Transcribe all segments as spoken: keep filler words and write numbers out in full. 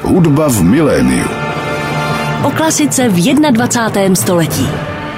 Hudba v miléniu. O klasice v dvacátém prvním století.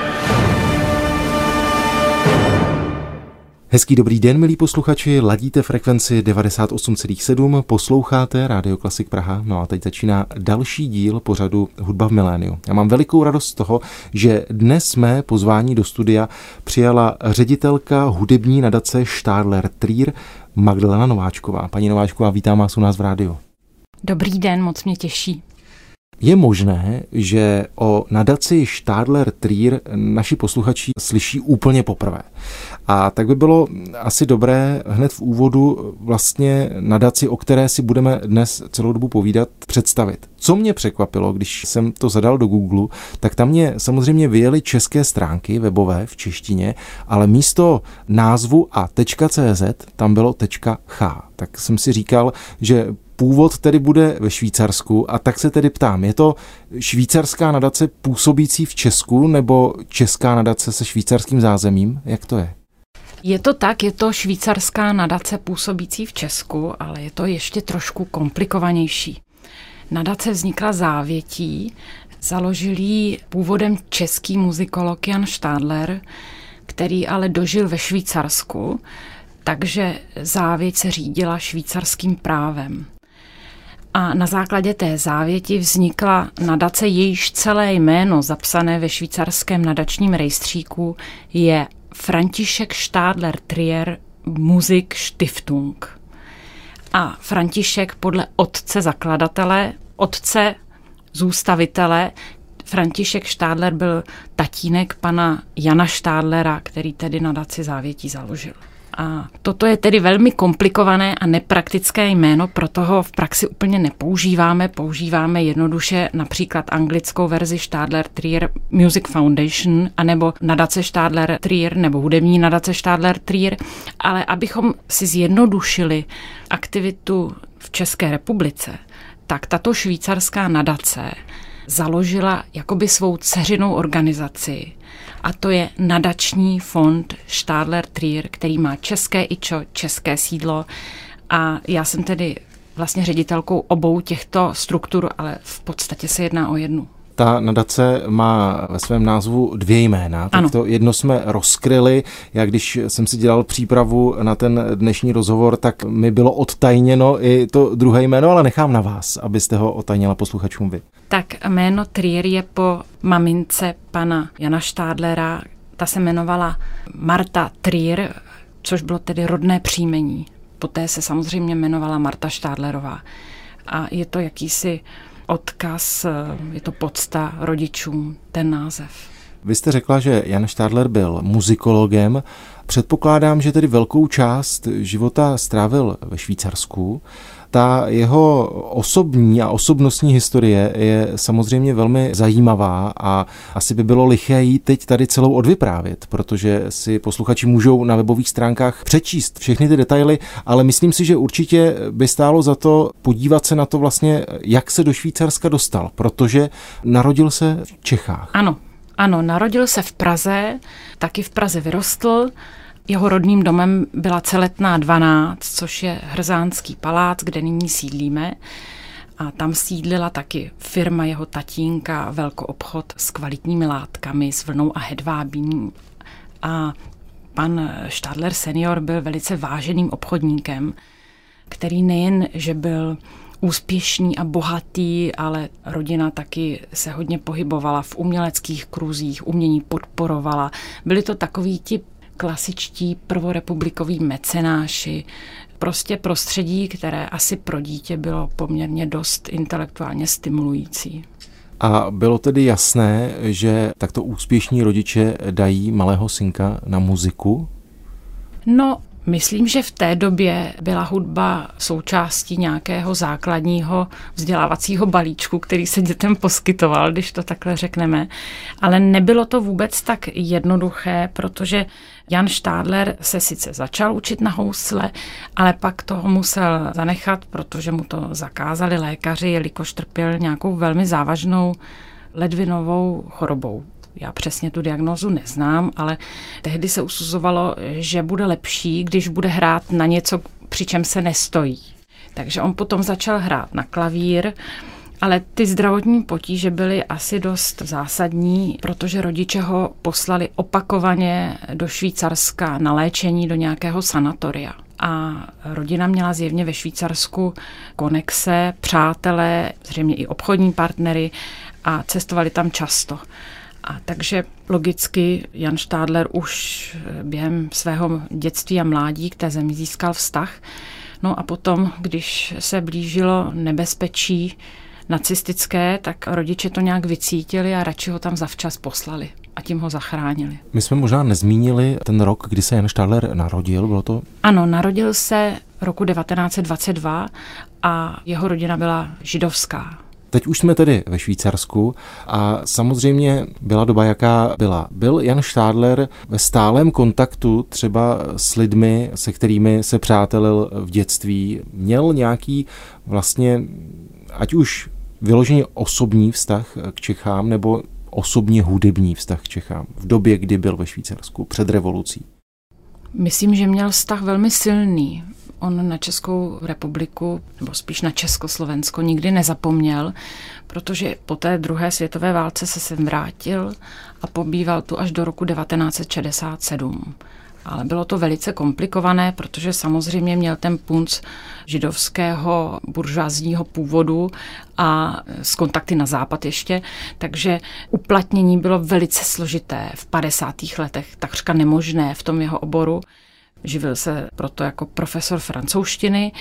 Hezký dobrý den, milí posluchači, ladíte frekvenci devadesát osm celá sedm, posloucháte Rádio Klasik Praha, no a teď začíná další díl pořadu Hudba v miléniu. Já mám velikou radost z toho, že dnes jsme pozvání do studia přijala ředitelka hudební nadace Stadler Trier Magdalena Nováčková. Paní Nováčková, vítám vás u nás v rádiu. Dobrý den, moc mě těší. Je možné, že o nadaci Stadler Trier naši posluchači slyší úplně poprvé. A tak by bylo asi dobré hned v úvodu vlastně nadaci, o které si budeme dnes celou dobu povídat, představit. Co mě překvapilo, když jsem to zadal do Google, tak tam mě samozřejmě vyjeli české stránky webové v češtině, ale místo názvu a .cz tam bylo .ch. Tak jsem si říkal, že původ tedy bude ve Švýcarsku a tak se tedy ptám, je to švýcarská nadace působící v Česku nebo česká nadace se švýcarským zázemím? Jak to je? Je to tak, je to švýcarská nadace působící v Česku, ale je to ještě trošku komplikovanější. Nadace vznikla závětí, založil ji původem český muzikolog Jan Stadler, který ale dožil ve Švýcarsku, takže závěť se řídila švýcarským právem. A na základě té závěti vznikla nadace, jejíž celé jméno zapsané ve švýcarském nadačním rejstříku je František Stadler Trier Musik Stiftung. A František podle otce zakladatele, otce zůstavitele, František Stadler byl tatínek pana Jana Stadlera, který tedy nadaci závětí založil. A toto je tedy velmi komplikované a nepraktické jméno, proto ho v praxi úplně nepoužíváme. Používáme jednoduše například anglickou verzi Stadler Trier Music Foundation anebo nadace Stadler Trier nebo hudební nadace Stadler Trier. Ale abychom si zjednodušili aktivitu v České republice, tak tato švýcarská nadace založila jakoby svou dceřinou organizaci, a to je nadační fond Stadler Trier, který má české ičo, české sídlo, a já jsem tedy vlastně ředitelkou obou těchto struktur, ale v podstatě se jedná o jednu. Ta nadace má ve svém názvu dvě jména, tak to jedno jsme rozkryli. Já když jsem si dělal přípravu na ten dnešní rozhovor, tak mi bylo odtajněno i to druhé jméno, ale nechám na vás, abyste ho odtajnila posluchačům vy. Tak jméno Trier je po mamince pana Jana Stadlera, ta se jmenovala Marta Trier, což bylo tedy rodné příjmení. Poté se samozřejmě jmenovala Marta Stadlerová. A je to jakýsi odkaz, je to pocta rodičům, ten název. Vy jste řekla, že Jan Stadler byl muzikologem. Předpokládám, že tedy velkou část života strávil ve Švýcarsku. Ta jeho osobní a osobnostní historie je samozřejmě velmi zajímavá a asi by bylo liché jí teď tady celou odvyprávět, protože si posluchači můžou na webových stránkách přečíst všechny ty detaily, ale myslím si, že určitě by stálo za to podívat se na to vlastně, jak se do Švýcarska dostal, protože narodil se v Čechách. Ano, ano, narodil se v Praze, taky v Praze vyrostl. Jeho rodným domem byla Celetná dvanáct, což je Hrzánský palác, kde nyní sídlíme. A tam sídlila taky firma jeho tatínka, velkoobchod s kvalitními látkami, s vlnou a hedvábím. A pan Stadler senior byl velice váženým obchodníkem, který nejen, že byl úspěšný a bohatý, ale rodina taky se hodně pohybovala v uměleckých kruzích, umění podporovala. Byli to takoví ti klasičtí prvorepublikoví mecenáši, prostě prostředí, které asi pro dítě bylo poměrně dost intelektuálně stimulující. A bylo tedy jasné, že takto úspěšní rodiče dají malého synka na muziku? No, myslím, že v té době byla hudba součástí nějakého základního vzdělávacího balíčku, který se dětem poskytoval, když to takhle řekneme. Ale nebylo to vůbec tak jednoduché, protože Jan Stadler se sice začal učit na housle, ale pak toho musel zanechat, protože mu to zakázali lékaři, jelikož trpěl nějakou velmi závažnou ledvinovou chorobou. Já přesně tu diagnózu neznám, ale tehdy se usuzovalo, že bude lepší, když bude hrát na něco, při čem se nestojí. Takže on potom začal hrát na klavír, Ale ty zdravotní potíže byly asi dost zásadní, protože rodiče ho poslali opakovaně do Švýcarska na léčení do nějakého sanatoria. A rodina měla zjevně ve Švýcarsku konexe, přátelé, zřejmě i obchodní partnery a cestovali tam často. A takže logicky Jan Štádler už během svého dětství a mládí k té zemi získal vztah. No a potom, když se blížilo nebezpečí nacistické, tak rodiče to nějak vycítili a radši ho tam zavčas poslali a tím ho zachránili. My jsme možná nezmínili ten rok, kdy se Jan Štádler narodil, bylo to? Ano, narodil se roku devatenáct set dvacet dva a jeho rodina byla židovská. Teď už jsme tedy ve Švýcarsku a samozřejmě byla doba, jaká byla. Byl Jan Štádler ve stálém kontaktu třeba s lidmi, se kterými se přátelil v dětství? Měl nějaký vlastně, ať už vyloženě osobní vztah k Čechám, nebo osobně hudební vztah k Čechám v době, kdy byl ve Švýcarsku, před revolucí? Myslím, že měl vztah velmi silný. On na Českou republiku, nebo spíš na Československo nikdy nezapomněl, protože po té druhé světové válce se sem vrátil a pobýval tu až do roku devatenáct set šedesát sedm. Ale bylo to velice komplikované, protože samozřejmě měl ten punc židovského buržoazního původu a z kontakty na západ ještě, takže uplatnění bylo velice složité v padesátých letech, takřka nemožné v tom jeho oboru. Živil se proto jako profesor francouzštiny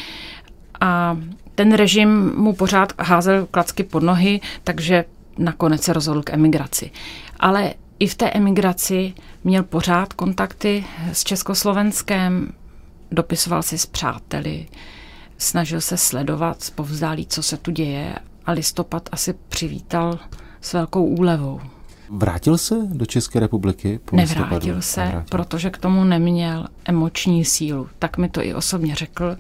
a ten režim mu pořád házel klacky pod nohy, takže nakonec se rozhodl k emigraci. Ale i v té emigraci měl pořád kontakty s Československem, dopisoval si s přáteli, snažil se sledovat zpovzdálí, co se tu děje a listopad asi přivítal s velkou úlevou. Vrátil se do České republiky? Po Nevrátil se, Nevrátil. protože k tomu neměl emoční sílu. Tak mi to i osobně řekl,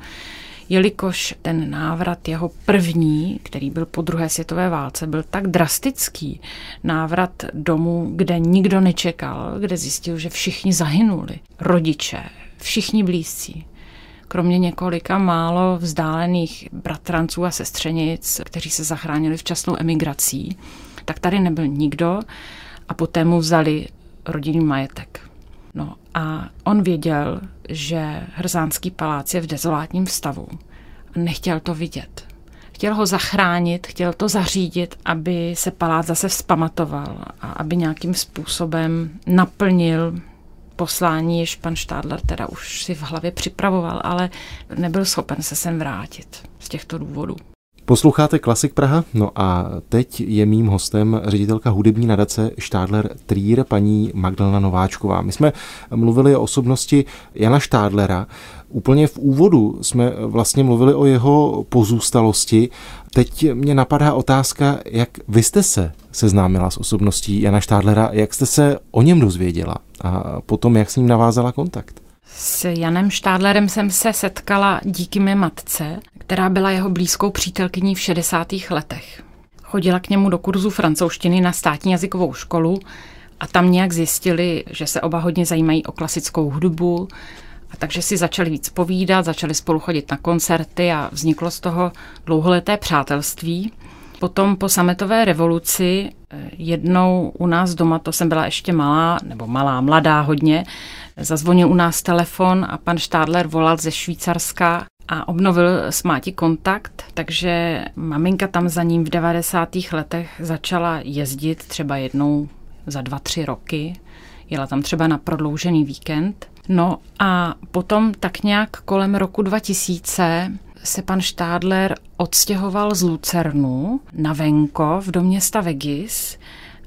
jelikož ten návrat jeho první, který byl po druhé světové válce, byl tak drastický. Návrat domů, kde nikdo nečekal, kde zjistil, že všichni zahynuli. Rodiče, všichni blízcí. Kromě několika málo vzdálených bratranců a sestřenic, kteří se zachránili včasnou emigrací, tak tady nebyl nikdo a poté mu vzali rodinný majetek. No a on věděl, že Hrzánský palác je v dezolátním stavu a nechtěl to vidět. Chtěl ho zachránit, chtěl to zařídit, aby se palác zase vzpamatoval a aby nějakým způsobem naplnil poslání, jež pan Štádler teda už si v hlavě připravoval, ale nebyl schopen se sem vrátit z těchto důvodů. Posloucháte Klasik Praha? No a teď je mým hostem ředitelka hudební nadace Štádler Trier, paní Magdalena Nováčková. My jsme mluvili o osobnosti Jana Štádlera. Úplně v úvodu jsme vlastně mluvili o jeho pozůstalosti. Teď mě napadá otázka, jak vy jste se seznámila s osobností Jana Štádlera, jak jste se o něm dozvěděla a potom jak s ním navázala kontakt? S Janem Štádlerem jsem se setkala díky mé matce, která byla jeho blízkou přítelkyní v šedesátých letech. Chodila k němu do kurzu francouzštiny na státní jazykovou školu a tam nějak zjistili, že se oba hodně zajímají o klasickou hudbu, a takže si začali víc povídat, začali spolu chodit na koncerty a vzniklo z toho dlouholeté přátelství. Potom po sametové revoluci jednou u nás doma, to jsem byla ještě malá, nebo malá, mladá hodně, zazvonil u nás telefon a pan Štádler volal ze Švýcarska a obnovil s máti kontakt, takže maminka tam za ním v devadesátých letech začala jezdit třeba jednou za dva, tři roky. Jela tam třeba na prodloužený víkend. No a potom tak nějak kolem roku dva tisíce se pan Štádler odstěhoval z Lucernu na venkov do města Vegis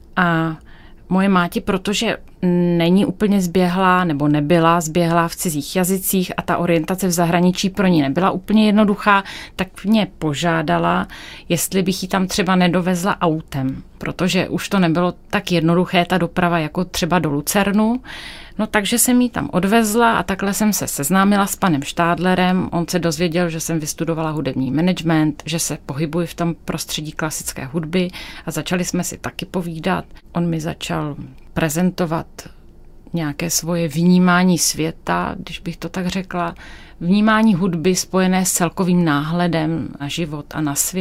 a moje máti, protože není úplně zběhlá nebo nebyla zběhlá v cizích jazycích a ta orientace v zahraničí pro ní nebyla úplně jednoduchá, tak mě požádala, jestli bych ji tam třeba nedovezla autem, protože už to nebylo tak jednoduché ta doprava jako třeba do Lucernu. No takže jsem ji tam odvezla a takhle jsem se seznámila s panem Štádlerem. On se dozvěděl, že jsem vystudovala hudební management, že se pohybuji v tom prostředí klasické hudby a začali jsme si taky povídat. On mi začal prezentovat nějaké svoje vnímání světa, když bych to tak řekla, vnímání hudby spojené s celkovým náhledem na život a na svět.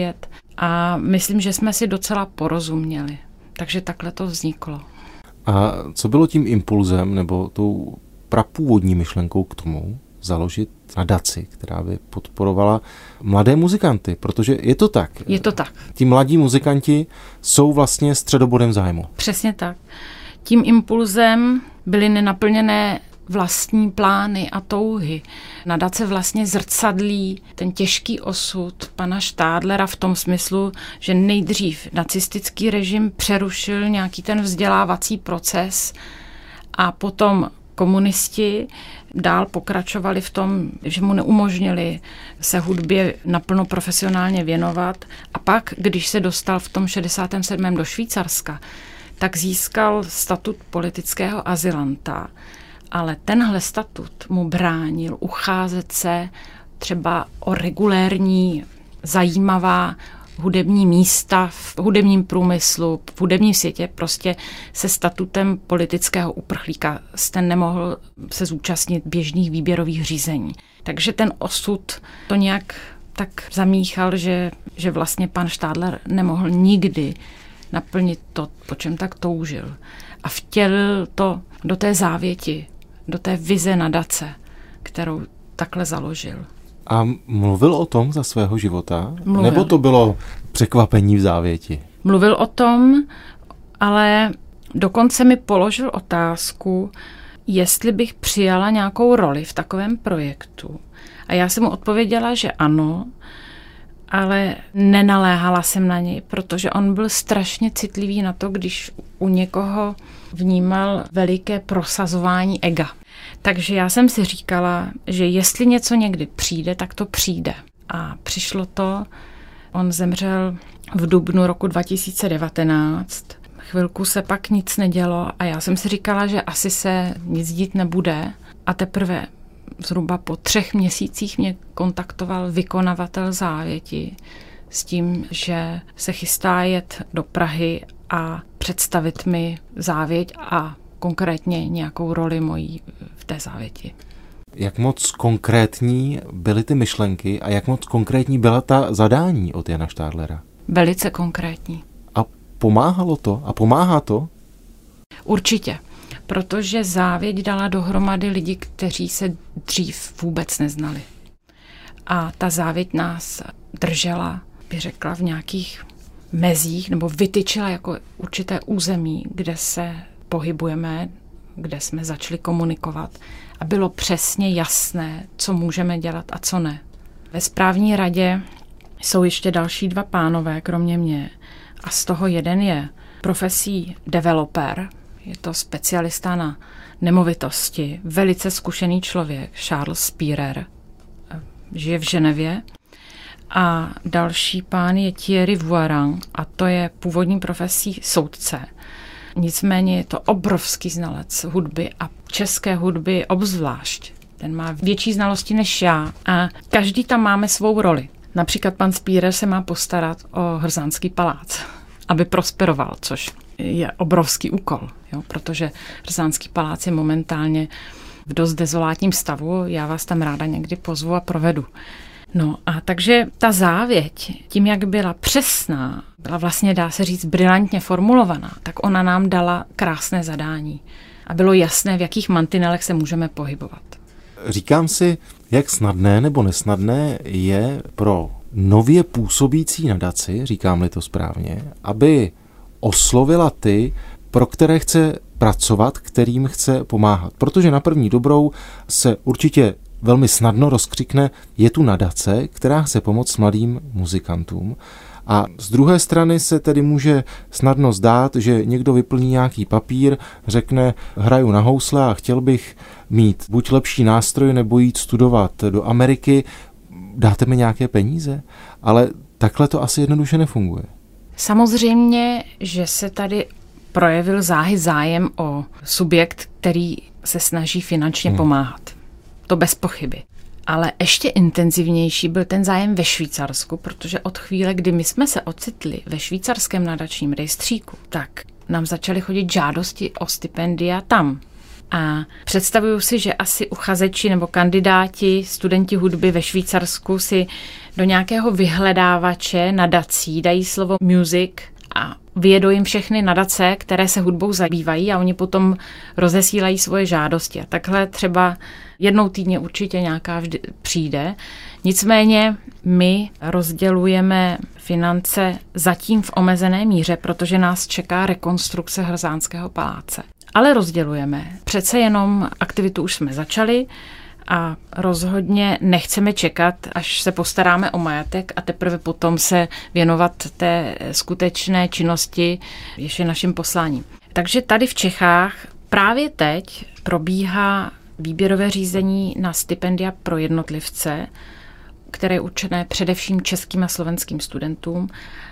A myslím, že jsme si docela porozuměli. Takže takhle to vzniklo. A co bylo tím impulzem nebo tou prapůvodní myšlenkou k tomu založit nadaci, která by podporovala mladé muzikanty? Protože je to tak. Je to tak. Ti mladí muzikanti jsou vlastně středobodem zájmu. Přesně tak. Tím impulzem byly nenaplněné vlastní plány a touhy. Nadace vlastně zrcadlí ten těžký osud pana Štádlera v tom smyslu, že nejdřív nacistický režim přerušil nějaký ten vzdělávací proces a potom komunisti dál pokračovali v tom, že mu neumožnili se hudbě naplno profesionálně věnovat. A pak, když se dostal v tom šedesátém sedmém do Švýcarska, tak získal statut politického azylanta. Ale tenhle statut mu bránil ucházet se třeba o regulérní, zajímavá hudební místa v hudebním průmyslu, v hudebním světě. Prostě se statutem politického uprchlíka jste nemohl se zúčastnit běžných výběrových řízení. Takže ten osud to nějak tak zamíchal, že, že vlastně pan Štádler nemohl nikdy naplnit to, po čem tak toužil. A vtělil to do té závěti, do té vize nadace, kterou takhle založil. A mluvil o tom za svého života? Mluvil. Nebo to bylo překvapení v závěti? Mluvil o tom, ale dokonce mi položil otázku, jestli bych přijala nějakou roli v takovém projektu. A já jsem mu odpověděla, že ano, ale nenaléhala jsem na něj, protože on byl strašně citlivý na to, když u někoho vnímal veliké prosazování ega. Takže já jsem si říkala, že jestli něco někdy přijde, tak to přijde. A přišlo to, on zemřel v dubnu roku dva tisíce devatenáct. Chvilku se pak nic nedělo a já jsem si říkala, že asi se nic dít nebude. A teprve zhruba po třech měsících mě kontaktoval vykonavatel závěti s tím, že se chystá jet do Prahy a představit mi závěť a konkrétně nějakou roli mojí v té závěti. Jak moc konkrétní byly ty myšlenky a jak moc konkrétní byla ta zadání od Jana Štádlera? Velice konkrétní. A pomáhalo to? A pomáhá to? Určitě. Protože závěť dala dohromady lidi, kteří se dřív vůbec neznali. A ta závěť nás držela, bych řekla, v nějakých mezích, nebo vytyčila jako určité území, kde se pohybujeme, kde jsme začali komunikovat a bylo přesně jasné, co můžeme dělat a co ne. Ve správní radě jsou ještě další dva pánové, kromě mě, a z toho jeden je profesí developer, je to specialista na nemovitosti, velice zkušený člověk, Charles Spierer, žije v Ženevě. A další pán je Thierry Voiran a to je původní profesí soudce. Nicméně je to obrovský znalec hudby a české hudby obzvlášť. Ten má větší znalosti než já a každý tam máme svou roli. Například pan Spierer se má postarat o Hrzánský palác, aby prosperoval, což je obrovský úkol, jo, protože Hrzánský palác je momentálně v dost dezolátním stavu, já vás tam ráda někdy pozvu a provedu. No a takže ta závěť, tím jak byla přesná, byla vlastně, dá se říct, brilantně formulovaná, tak ona nám dala krásné zadání a bylo jasné, v jakých mantinelech se můžeme pohybovat. Říkám si, jak snadné nebo nesnadné je pro nově působící nadaci, říkám-li to správně, aby oslovila ty, pro které chce pracovat, kterým chce pomáhat. Protože na první dobrou se určitě velmi snadno rozkřikne, je tu nadace, která chce pomoct mladým muzikantům. A z druhé strany se tedy může snadno zdát, že někdo vyplní nějaký papír, řekne, hraju na housle a chtěl bych mít buď lepší nástroj, nebo jít studovat do Ameriky, dáte mi nějaké peníze? Ale takhle to asi jednoduše nefunguje. Samozřejmě, že se tady projevil záhy zájem o subjekt, který se snaží finančně hmm. pomáhat. To bez pochyby. Ale ještě intenzivnější byl ten zájem ve Švýcarsku, protože od chvíle, kdy my jsme se ocitli ve švýcarském nadačním rejstříku, tak nám začaly chodit žádosti o stipendia tam. A představuju si, že asi uchazeči nebo kandidáti, studenti hudby ve Švýcarsku si do nějakého vyhledávače nadací dají slovo music a vyjedou jim všechny nadace, které se hudbou zabývají a oni potom rozesílají svoje žádosti. A takhle třeba jednou týdně určitě nějaká vždy přijde. Nicméně my rozdělujeme finance zatím v omezené míře, protože nás čeká rekonstrukce Hrzánského paláce. Ale rozdělujeme. Přece jenom aktivitu už jsme začali a rozhodně nechceme čekat, až se postaráme o majetek a teprve potom se věnovat té skutečné činnosti, jež je naším posláním. Takže tady v Čechách právě teď probíhá výběrové řízení na stipendia pro jednotlivce, které je určené především českým a slovenským studentům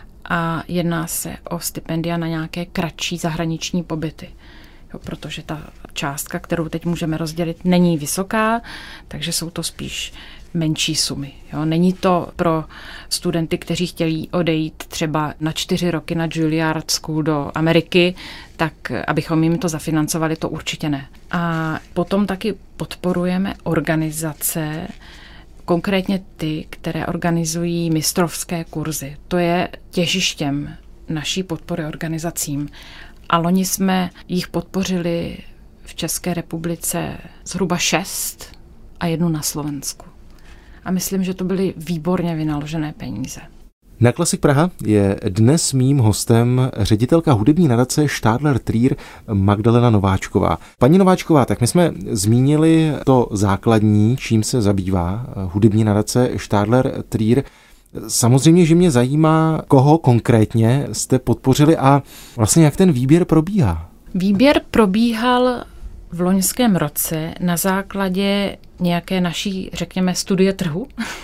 a jedná se o stipendia na nějaké kratší zahraniční pobyty. Jo, protože ta částka, kterou teď můžeme rozdělit, není vysoká, takže jsou to spíš menší sumy. Jo. Není to pro studenty, kteří chtějí odejít třeba na čtyři roky na Juilliard School do Ameriky, tak abychom jim to zafinancovali, to určitě ne. A potom taky podporujeme organizace, konkrétně ty, které organizují mistrovské kurzy. To je těžištěm naší podpory organizacím. A loni jsme jich podpořili v České republice zhruba šest a jednu na Slovensku. A myslím, že to byly výborně vynaložené peníze. Na Klasik Praha je dnes mým hostem ředitelka hudební nadace Stadler Trier Magdalena Nováčková. Paní Nováčková, tak my jsme zmínili to základní, čím se zabývá hudební nadace Stadler Trier. Samozřejmě, že mě zajímá, koho konkrétně jste podpořili a vlastně jak ten výběr probíhá. Výběr probíhal v loňském roce na základě nějaké naší, řekněme, studie trhu.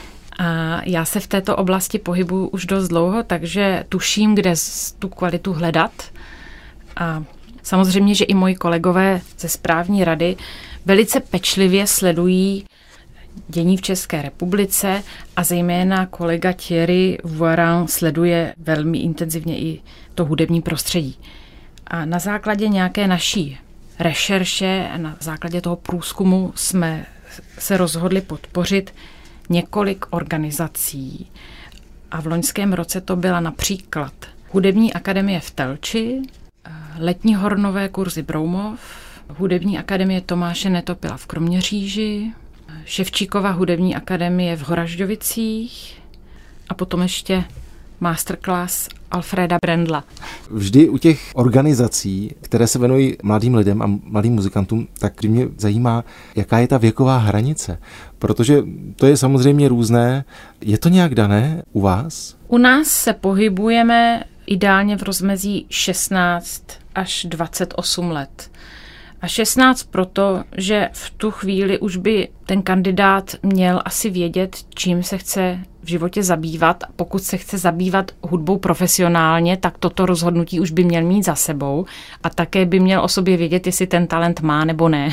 A já se v této oblasti pohybuju už dost dlouho, takže tuším, kde tu kvalitu hledat. A samozřejmě, že i moji kolegové ze správní rady velice pečlivě sledují dění v České republice a zejména kolega Thierry Voirin sleduje velmi intenzivně i to hudební prostředí. A na základě nějaké naší rešerše, na základě toho průzkumu jsme se rozhodli podpořit několik organizací. A v loňském roce to byla například Hudební akademie v Telči, Letní hornové kurzy Broumov, Hudební akademie Tomáše Netopila v Kroměříži, Ševčíkova hudební akademie v Horažďovicích a potom ještě masterclass Alfreda Brendla. Vždy u těch organizací, které se věnují mladým lidem a mladým muzikantům, tak mě zajímá, jaká je ta věková hranice. Protože to je samozřejmě různé. Je to nějak dané u vás? U nás se pohybujeme ideálně v rozmezí šestnáct až dvacet osm let. A šestnáct proto, že v tu chvíli už by ten kandidát měl asi vědět, čím se chce v životě zabývat. Pokud se chce zabývat hudbou profesionálně, tak toto rozhodnutí už by měl mít za sebou a také by měl o sobě vědět, jestli ten talent má nebo ne.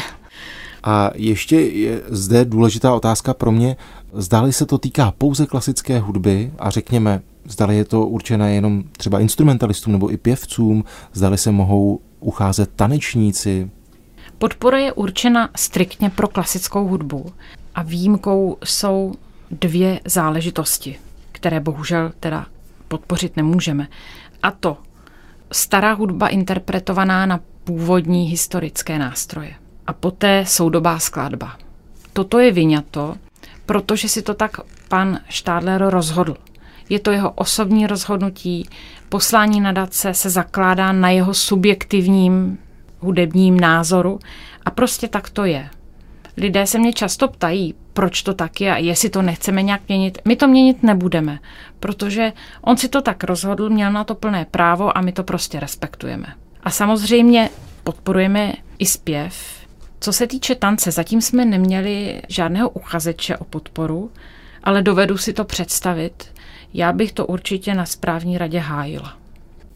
A ještě je zde důležitá otázka pro mě. Zdali se to týká pouze klasické hudby a řekněme, zdali je to určené jenom třeba instrumentalistům nebo i pěvcům, zdali se mohou ucházet tanečníci. Podpora je určena striktně pro klasickou hudbu a výjimkou jsou dvě záležitosti, které bohužel teda podpořit nemůžeme. A to stará hudba interpretovaná na původní historické nástroje. A poté soudobá skladba. Toto je vyňato, protože si to tak pan Stadler rozhodl. Je to jeho osobní rozhodnutí, poslání nadace se zakládá na jeho subjektivním hudebním názoru a prostě tak to je. Lidé se mě často ptají, proč to tak je a jestli to nechceme nějak měnit. My to měnit nebudeme, protože on si to tak rozhodl, měl na to plné právo a my to prostě respektujeme. A samozřejmě podporujeme i zpěv. Co se týče tance, zatím jsme neměli žádného uchazeče o podporu, ale dovedu si to představit. Já bych to určitě na správní radě hájila.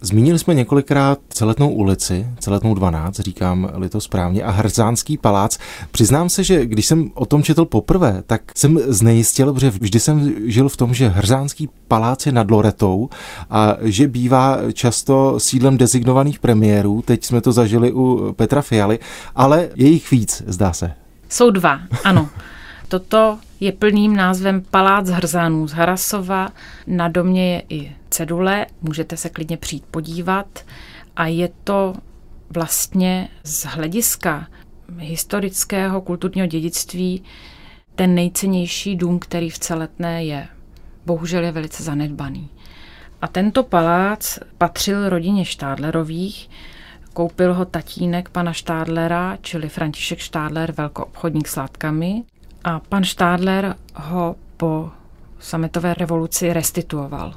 Zmínili jsme několikrát Celetnou ulici, Celetnou dvanáct, říkám-li to správně, a Hrzánský palác. Přiznám se, že když jsem o tom četl poprvé, tak jsem znejistil, protože vždy jsem žil v tom, že Hrzánský palác je nad Loretou a že bývá často sídlem designovaných premiérů. Teď jsme to zažili u Petra Fialy, ale je jich víc, zdá se. Jsou dva, ano. Toto je plným názvem Palác Hrzánů z Harrasova. Na domě je i cedule, můžete se klidně přijít podívat. A je to vlastně z hlediska historického kulturního dědictví ten nejcennější dům, který v Celetné je. Bohužel je velice zanedbaný. A tento palác patřil rodině Štádlerových. Koupil ho tatínek pana Štádlera, čili František Štádler, velkoobchodník s látkami. A pan Štádler ho po sametové revoluci restituoval.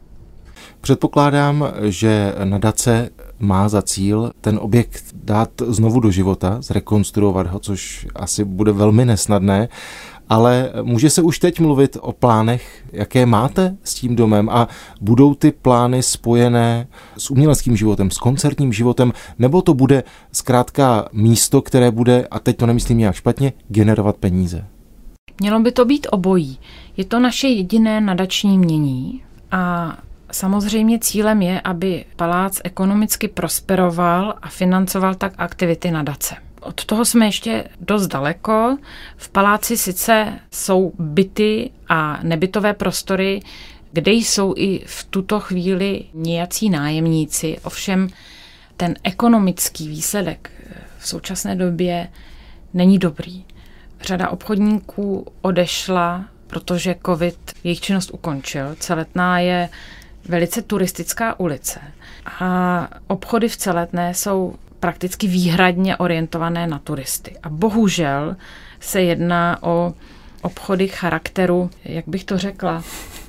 Předpokládám, že nadace má za cíl ten objekt dát znovu do života, zrekonstruovat ho, což asi bude velmi nesnadné, ale může se už teď mluvit o plánech, jaké máte s tím domem, a budou ty plány spojené s uměleckým životem, s koncertním životem, nebo to bude zkrátka místo, které bude, a teď to nemyslím nějak špatně, generovat peníze? Mělo by to být obojí. Je to naše jediné nadační jmění a samozřejmě cílem je, aby palác ekonomicky prosperoval a financoval tak aktivity nadace. Od toho jsme ještě dost daleko. V paláci sice jsou byty a nebytové prostory, kde jsou i v tuto chvíli nějací nájemníci. Ovšem ten ekonomický výsledek v současné době není dobrý. Řada obchodníků odešla, protože covid jejich činnost ukončil. Celetná je velice turistická ulice a obchody v Celetné jsou prakticky výhradně orientované na turisty. A bohužel se jedná o obchody charakteru, jak bych to řekla,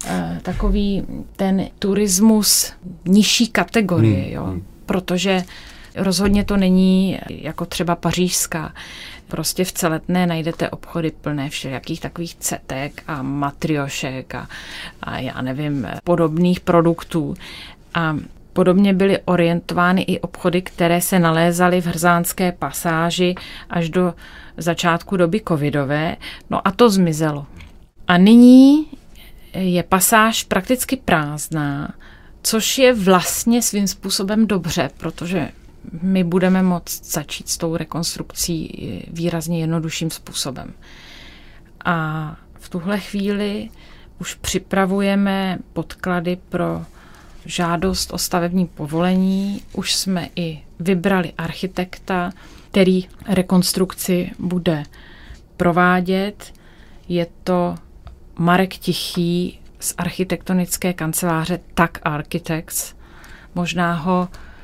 takový ten turismus nižší kategorie, jo? Protože rozhodně to není jako třeba pařížská. Prostě v Celetné najdete obchody plné všelijakých takových cetek a matriošek a, a já nevím, podobných produktů. A podobně byly orientovány i obchody, které se nalézaly v Hrzánské pasáži až do začátku doby covidové. No a to zmizelo. A nyní je pasáž prakticky prázdná, což je vlastně svým způsobem dobře, protože my budeme moct začít s tou rekonstrukcí výrazně jednodušším způsobem. A v tuhle chvíli už připravujeme podklady pro žádost o stavební povolení. Už jsme i vybrali architekta, který rekonstrukci bude provádět. Je to Marek Tichý z architektonické kanceláře Tak Architects. Možná ho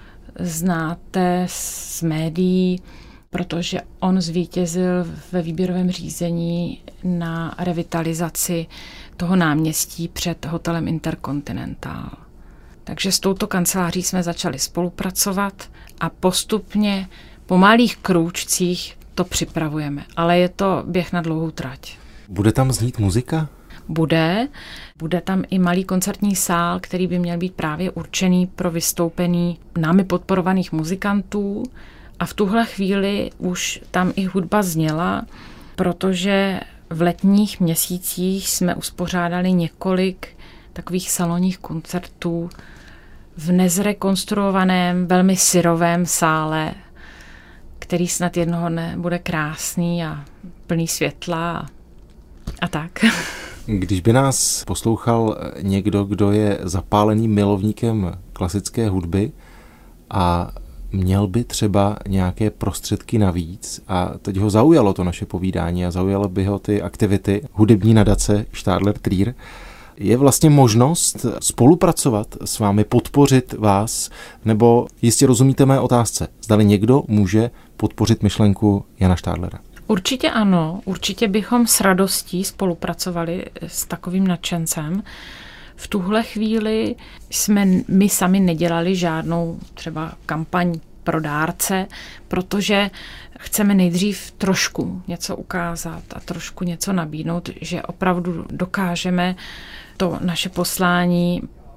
znáte z médií, protože on zvítězil ve výběrovém řízení na revitalizaci toho náměstí před hotelem Intercontinental. Takže s touto kanceláří jsme začali spolupracovat a postupně po malých krůčcích to připravujeme. Ale je to běh na dlouhou trať. Bude tam znít muzika? Bude. Bude tam i malý koncertní sál, který by měl být právě určený pro vystoupení námi podporovaných muzikantů. A v tuhle chvíli už tam i hudba zněla, protože v letních měsících jsme uspořádali několik takových salonních koncertů v nezrekonstruovaném, velmi syrovém sále, který snad jednoho dne bude krásný a plný světla a, a tak. Když by nás poslouchal někdo, kdo je zapáleným milovníkem klasické hudby a měl by třeba nějaké prostředky navíc a teď ho zaujalo to naše povídání a zaujalo by ho ty aktivity hudební nadace Štádler Trier, je vlastně možnost spolupracovat s vámi, podpořit vás, nebo jistě rozumíte mé otázce, zdali někdo může podpořit myšlenku Jana Štádlera? Určitě ano, určitě bychom s radostí spolupracovali s takovým nadšencem. V tuhle chvíli jsme my sami nedělali žádnou třeba kampaň pro dárce, protože chceme nejdřív trošku něco ukázat a trošku něco nabídnout, že opravdu dokážeme to naše poslání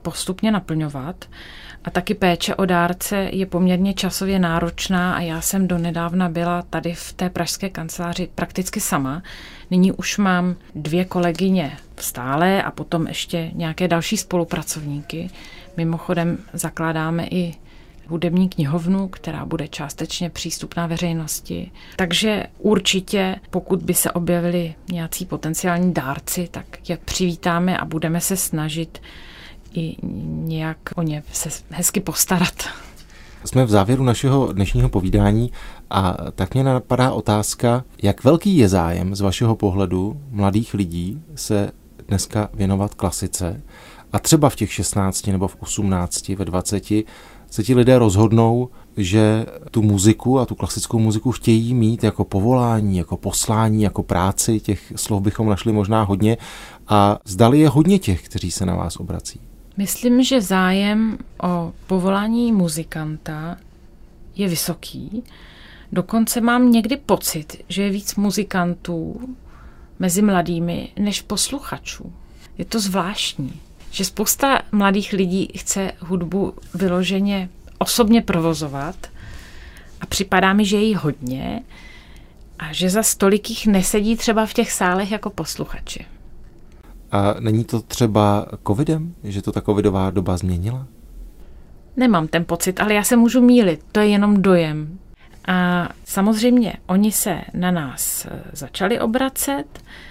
postupně naplňovat. A taky péče o dárce je poměrně časově náročná a já jsem donedávna byla tady v té pražské kanceláři prakticky sama. Nyní už mám dvě kolegyně stále a potom ještě nějaké další spolupracovníky. Mimochodem zakládáme i hudební knihovnu, která bude částečně přístupná veřejnosti. Takže určitě, pokud by se objevili nějací potenciální dárci, tak je přivítáme a budeme se snažit i nějak o ně se hezky postarat. Jsme v závěru našeho dnešního povídání a tak mě napadá otázka, jak velký je zájem z vašeho pohledu mladých lidí se dneska věnovat klasice a třeba v těch šestnácti nebo v osmnácti, ve dvaceti se ti lidé rozhodnou, že tu muziku a tu klasickou muziku chtějí mít jako povolání, jako poslání, jako práci, těch slov bychom našli možná hodně a zdali je hodně těch, kteří se na vás obrací. Myslím, že zájem o povolání muzikanta je vysoký. Dokonce mám někdy pocit, že je víc muzikantů mezi mladými než posluchačů. Je to zvláštní, že spousta mladých lidí chce hudbu vyloženě osobně provozovat a připadá mi, že je jí hodně a že za stolik jich nesedí třeba v těch sálech jako posluchači. A není to třeba covidem, že to ta covidová doba změnila? Nemám ten pocit, ale já se můžu mýlit, to je jenom dojem. A samozřejmě oni se na nás začali obracet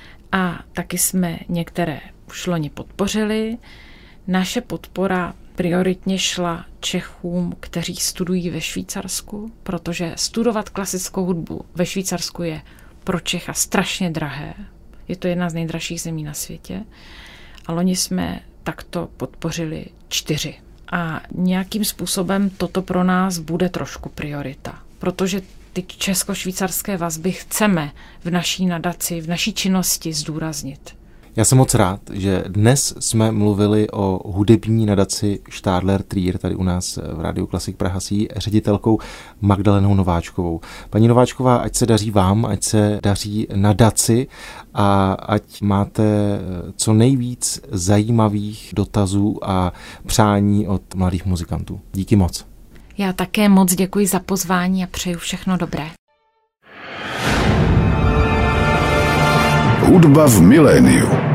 a taky jsme některé už loni podpořili. Naše podpora prioritně šla Čechům, kteří studují ve Švýcarsku, protože studovat klasickou hudbu ve Švýcarsku je pro Čecha strašně drahé. Je to jedna z nejdražších zemí na světě. A loni jsme takto podpořili čtyři. A nějakým způsobem toto pro nás bude trošku priorita, protože ty česko-švýcarské vazby chceme v naší nadaci, v naší činnosti zdůraznit. Já jsem moc rád, že dnes jsme mluvili o hudební nadaci Stadler Trier tady u nás v Rádiu Klasik Praha s její ředitelkou Magdalenou Nováčkovou. Paní Nováčková, ať se daří vám, ať se daří nadaci a ať máte co nejvíc zajímavých dotazů a přání od mladých muzikantů. Díky moc. Já také moc děkuji za pozvání a přeju všechno dobré. Hudba v miléniu.